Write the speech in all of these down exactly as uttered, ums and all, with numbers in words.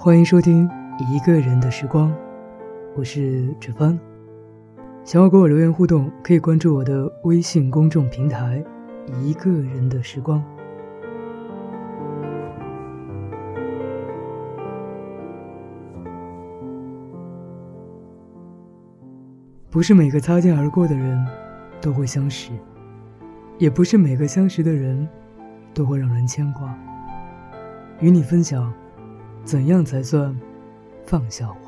欢迎收听一个人的时光，我是芷帆。想要跟我留言互动，可以关注我的微信公众平台一个人的时光。不是每个擦肩而过的人都会相识，也不是每个相识的人都会让人牵挂。与你分享，怎样才算放下我？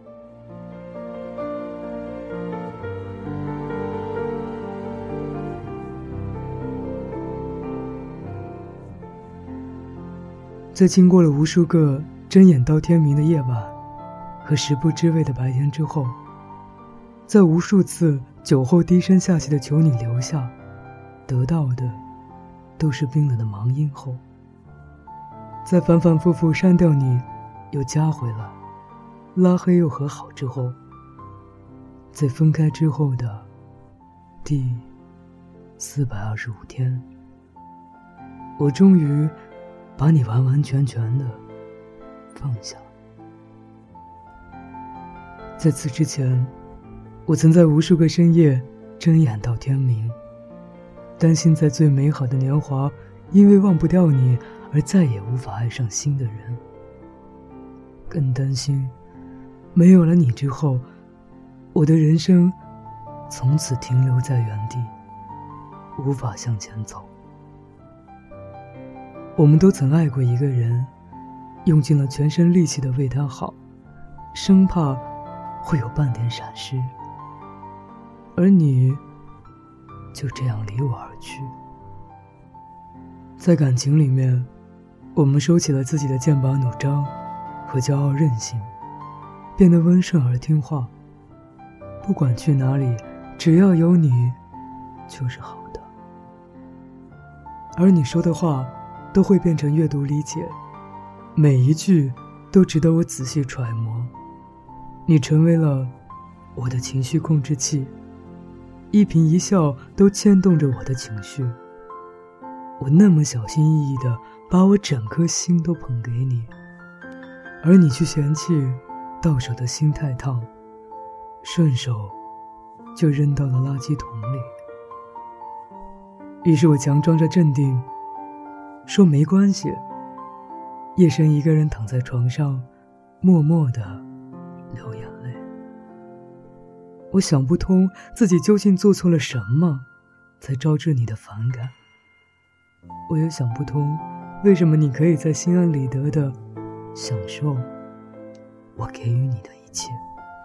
在经过了无数个睁眼到天明的夜晚和食不知味的白天之后，在无数次酒后低声下气的求你留下，得到的都是冰冷的忙音后，在反反复复删掉你又加回来，拉黑又和好之后，在分开之后的第四百二十五天，我终于把你完完全全的放下。在此之前，我曾在无数个深夜睁眼到天明，担心在最美好的年华因为忘不掉你而再也无法爱上新的人，更担心没有了你之后，我的人生从此停留在原地，无法向前走。我们都曾爱过一个人，用尽了全身力气的为他好，生怕会有半点闪失，而你就这样离我而去。在感情里面，我们收起了自己的剑拔弩张和骄傲任性，变得温顺而听话，不管去哪里，只要有你就是好的。而你说的话都会变成阅读理解，每一句都值得我仔细揣摩。你成为了我的情绪控制器，一颦一笑都牵动着我的情绪。我那么小心翼翼地把我整颗心都捧给你，而你却嫌弃到手的心太烫，顺手就扔到了垃圾桶里。于是我强装着镇定说没关系。夜深一个人躺在床上，默默地流眼泪。我想不通自己究竟做错了什么才招致你的反感，我也想不通为什么你可以在心安理得地享受我给予你的一切。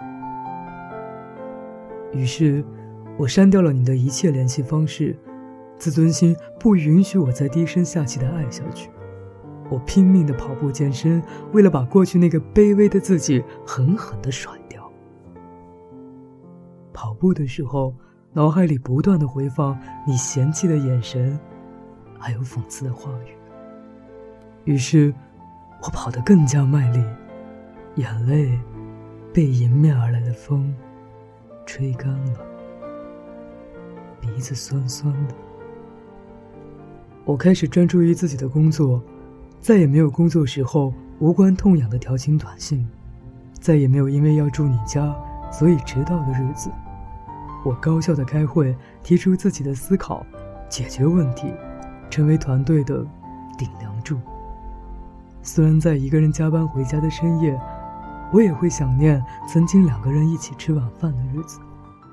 于是我删掉了你的一切联系方式，自尊心不允许我再低声下气地爱下去。我拼命地跑步健身，为了把过去那个卑微的自己狠狠地甩掉。跑步的时候，脑海里不断地回放你嫌弃的眼神，还有讽刺的话语。于是我跑得更加卖力，眼泪被迎面而来的风吹干了，鼻子酸酸的。我开始专注于自己的工作，再也没有工作时候无关痛痒的调情短信，再也没有因为要住你家所以迟到的日子。我高效地开会，提出自己的思考，解决问题，成为团队的顶梁柱。虽然在一个人加班回家的深夜，我也会想念曾经两个人一起吃晚饭的日子。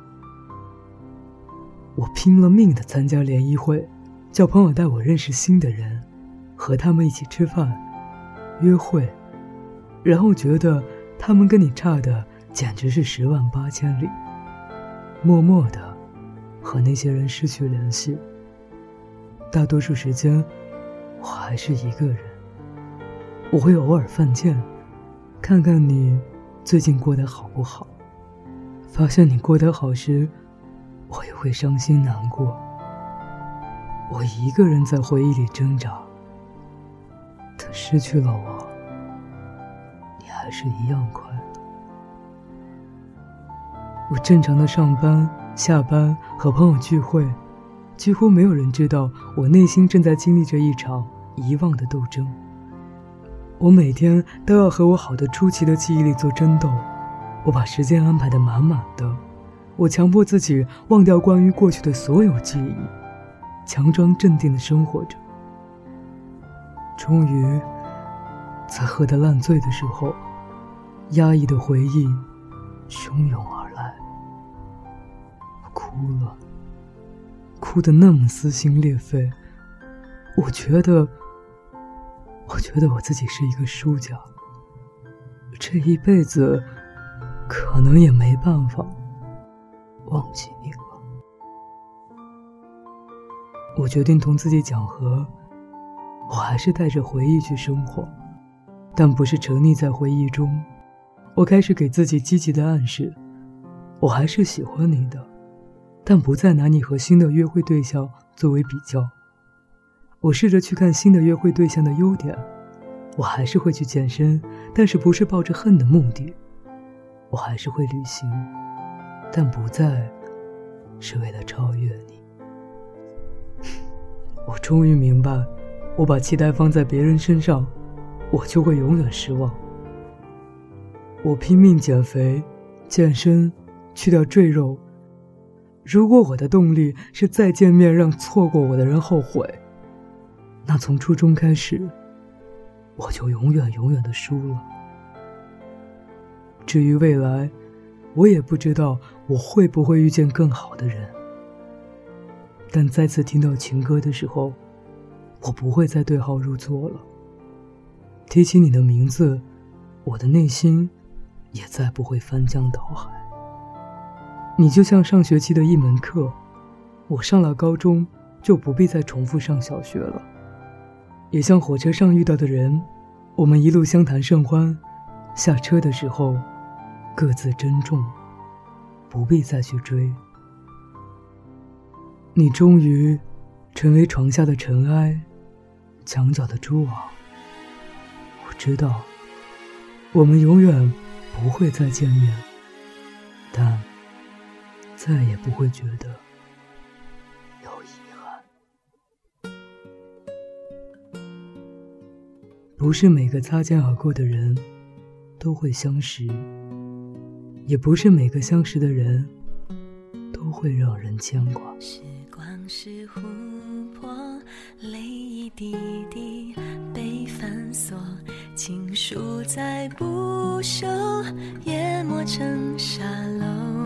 我拼了命地参加联谊会，叫朋友带我认识新的人，和他们一起吃饭约会，然后觉得他们跟你差的简直是十万八千里，默默地和那些人失去联系。大多数时间我还是一个人，我会偶尔犯贱，看看你最近过得好不好。发现你过得好时，我也会伤心难过。我一个人在回忆里挣扎，但失去了我，你还是一样快乐。我正常的上班、下班和朋友聚会，几乎没有人知道我内心正在经历着一场遗忘的斗争。 我每天都要和我好的出奇的记忆力做争斗，我把时间安排得满满的，我强迫自己忘掉关于过去的所有记忆，强装镇定地生活着。终于在喝得烂醉的时候，压抑的回忆汹涌而来，我哭了，哭得那么撕心裂肺。我觉得我觉得我自己是一个输家，这一辈子可能也没办法忘记你了。我决定同自己讲和，我还是带着回忆去生活，但不是沉溺在回忆中。我开始给自己积极的暗示，我还是喜欢你的，但不再拿你和新的约会对象作为比较。我试着去看新的约会对象的优点，我还是会去健身，但是不是抱着恨的目的。我还是会旅行，但不再是为了超越你。我终于明白，我把期待放在别人身上，我就会永远失望。我拼命减肥、健身，去掉赘肉。如果我的动力是再见面让错过我的人后悔，那从初中开始，我就永远永远的输了。至于未来，我也不知道我会不会遇见更好的人。但再次听到情歌的时候，我不会再对号入座了。提起你的名字，我的内心也再不会翻江倒海。你就像上学期的一门课，我上了高中就不必再重复上小学了。也像火车上遇到的人，我们一路相谈甚欢，下车的时候各自珍重，不必再去追。你终于成为床下的尘埃，墙角的蛛网。我知道我们永远不会再见面，但再也不会觉得有遗憾。不是每个擦肩而过的人都会相识，也不是每个相识的人都会让人牵挂。 时光是琥珀，泪一滴滴被反锁，情书再不朽，也磨成沙漏。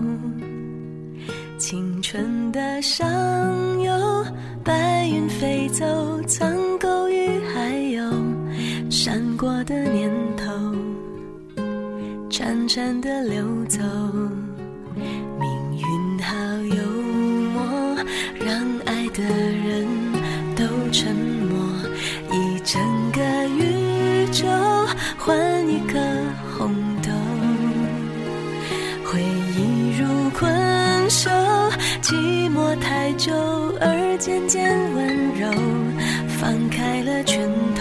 青春的上游，白云飞走，苍狗与还有闪过的念头，潺潺的流走。命运好幽默，让爱的人都沉默，一整个宇宙换一颗红豆。回忆如困兽，寂寞太久而渐渐温柔，放开了拳头，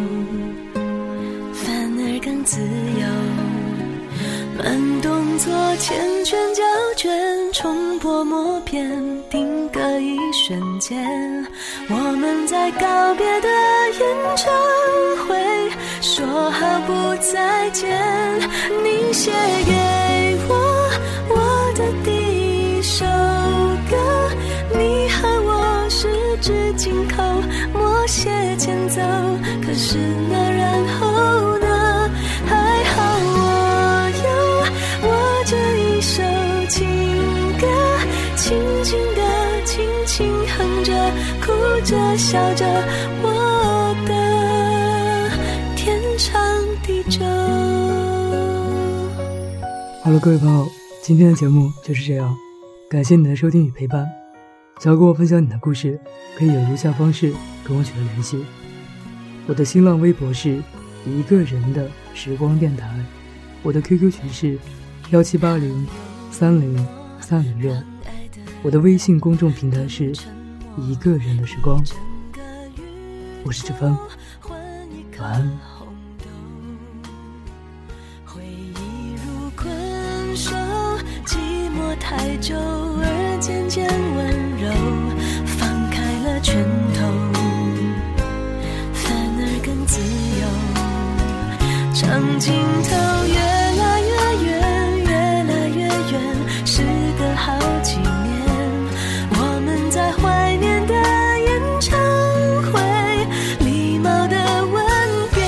反而更自由。慢动作缱绻胶卷，冲破默片，定格一瞬间。我们在告别的演唱会说好不再见，你写给我我的第一首歌，你和我十指紧扣，默写前奏。可是那然后呢？还好我有我这一首情歌，轻轻地轻轻哼着，哭着笑着，我的天长地久。 好了，各位朋友，今天的节目就是这样，感谢你的收听与陪伴。想要跟我分享你的故事，可以有如下方式跟我取得联系。我的新浪微博是一个人的时光电台，我的 Q Q 群是幺七八零三零三零六，我的微信公众平台是一个人的时光。我是志芬，晚安。 回忆如困兽，寂寞太久而渐渐温柔，放开了拳头，反而更自由。 尽头越来越远，越来越远，时隔好几年，我们在怀念的演唱会，礼貌的吻别。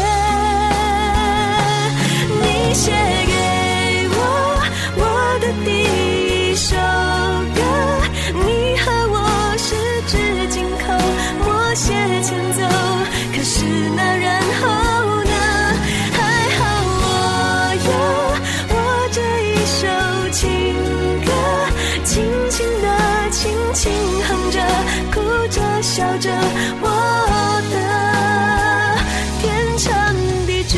你写给我我的第一首歌，你和我十指紧扣，默写前奏，可是那然后呢？还好我有我这一首情歌，轻轻地轻轻哼着，哭着笑着，我的天长地久，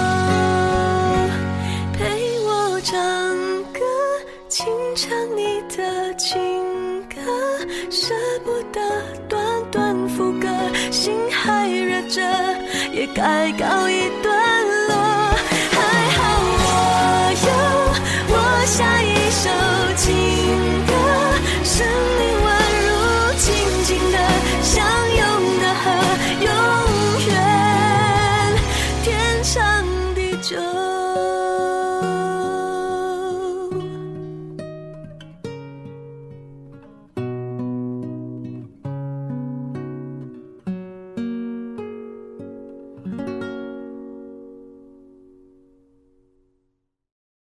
陪我唱歌，轻唱你的情歌，舍不得短短副歌，心还热着，也该告一段落。还好我有我下一首情歌，生命宛如静静的相拥的河，永远天长地久。